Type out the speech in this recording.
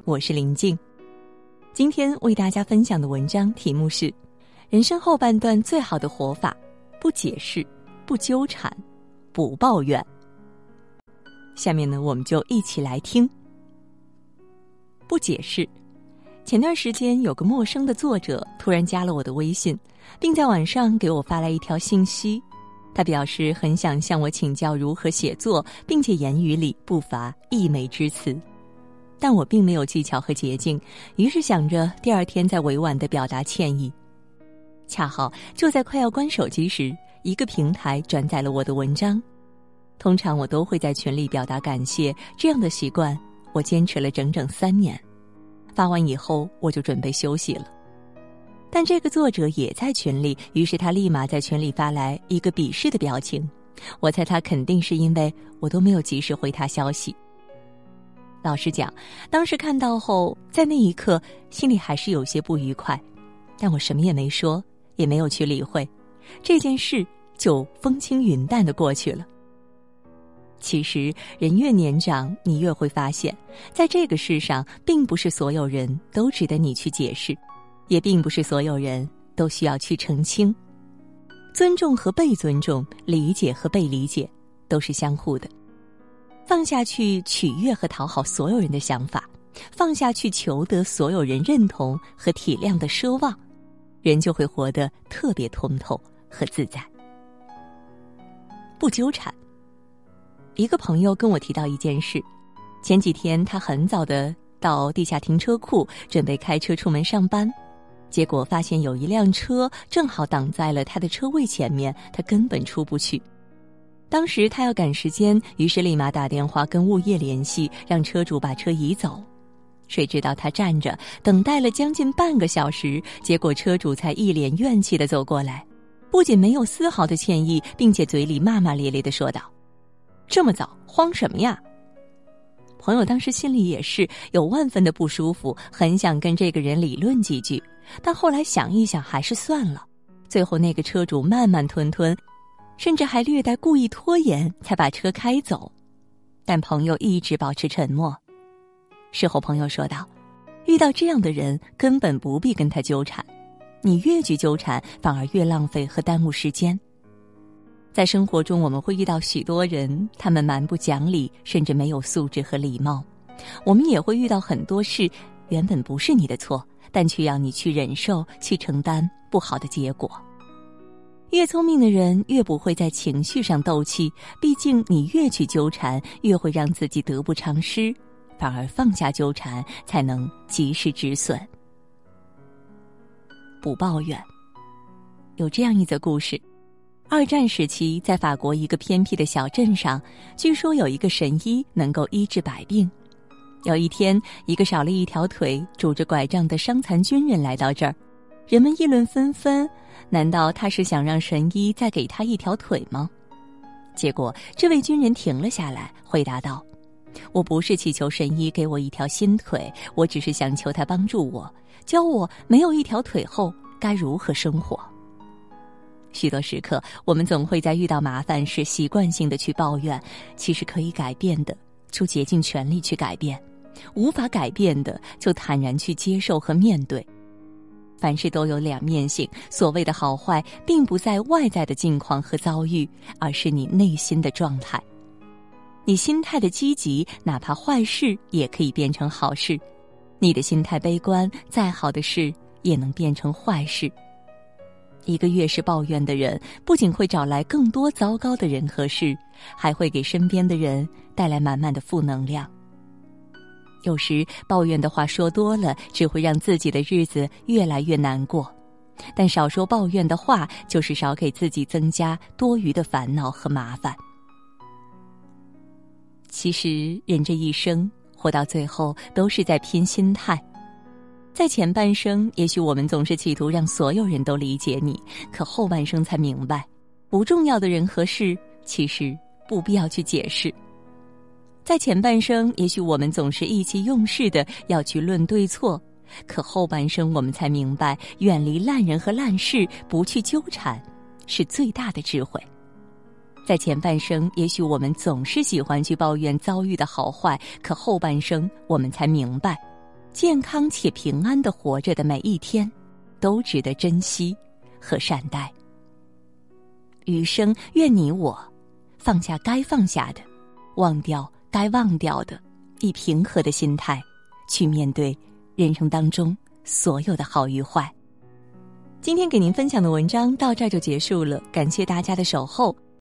我是林静。今天为大家分享的文章题目是人生后半段最好的活法，不解释，不纠缠，不抱怨。下面呢，我们就一起来听。不解释。前段时间有个陌生的作者突然加了我的微信，并在晚上给我发来一条信息。他表示很想向我请教如何写作，并且言语里不乏溢美之词。但我并没有技巧和捷径，于是想着第二天再委婉地表达歉意。恰好就在快要关手机时，一个平台转载了我的文章。通常我都会在群里表达感谢，这样的习惯我坚持了整整3年。发完以后我就准备休息了。但这个作者也在群里，于是他立马在群里发来一个鄙视的表情。我猜他肯定是因为我都没有及时回他消息。老实讲，当时看到后，在那一刻心里还是有些不愉快，但我什么也没说，也没有去理会，这件事就风轻云淡地过去了。其实人越年长，你越会发现，在这个世上并不是所有人都值得你去解释，也并不是所有人都需要去澄清。尊重和被尊重，理解和被理解，都是相互的。放下去取悦和讨好所有人的想法，放下去求得所有人认同和体谅的奢望，人就会活得特别通透和自在。不纠缠。一个朋友跟我提到一件事，前几天他很早的到地下停车库准备开车出门上班，结果发现有一辆车正好挡在了他的车位前面，他根本出不去。当时他要赶时间，于是立马打电话跟物业联系，让车主把车移走。谁知道他站着等待了将近半个小时，结果车主才一脸怨气地走过来，不仅没有丝毫的歉意，并且嘴里骂骂咧咧地说道：这么早慌什么呀？朋友当时心里也是有万分的不舒服，很想跟这个人理论几句，但后来想一想还是算了。最后那个车主慢慢吞吞，甚至还略带故意拖延才把车开走，但朋友一直保持沉默。事后朋友说道，遇到这样的人根本不必跟他纠缠，你越去纠缠反而越浪费和耽误时间。在生活中我们会遇到许多人，他们蛮不讲理，甚至没有素质和礼貌。我们也会遇到很多事原本不是你的错，但却要你去忍受，去承担不好的结果。越聪明的人越不会在情绪上斗气，毕竟你越去纠缠，越会让自己得不偿失，反而放下纠缠才能及时止损。不抱怨。有这样一则故事，二战时期，在法国一个偏僻的小镇上，据说有一个神医能够医治百病。有一天，一个少了一条腿、拄着拐杖的伤残军人来到这儿，人们议论纷纷，难道他是想让神医再给他一条腿吗？结果，这位军人停了下来，回答道：我不是祈求神医给我一条新腿，我只是想求他帮助我，教我没有一条腿后该如何生活。许多时刻，我们总会在遇到麻烦时习惯性的去抱怨，其实可以改变的，就竭尽全力去改变；无法改变的，就坦然去接受和面对。凡事都有两面性，所谓的好坏，并不在外在的境况和遭遇，而是你内心的状态。你心态的积极，哪怕坏事也可以变成好事；你的心态悲观，再好的事也能变成坏事。一个越是抱怨的人，不仅会找来更多糟糕的人和事，还会给身边的人带来满满的负能量。有时抱怨的话说多了，只会让自己的日子越来越难过，但少说抱怨的话，就是少给自己增加多余的烦恼和麻烦。其实人这一生活到最后都是在拼心态。在前半生，也许我们总是企图让所有人都理解你，可后半生才明白，不重要的人和事，其实不必要去解释。在前半生，也许我们总是意气用事的要去论对错，可后半生我们才明白，远离烂人和烂事，不去纠缠，是最大的智慧。在前半生，也许我们总是喜欢去抱怨遭遇的好坏，可后半生我们才明白， 健康且平安地活着的每一天，都值得珍惜和善待。余生愿你我放下该放下的，忘掉该忘掉的，以平和的心态去面对人生当中所有的好与坏。今天给您分享的文章到这儿就结束了，感谢大家的守候。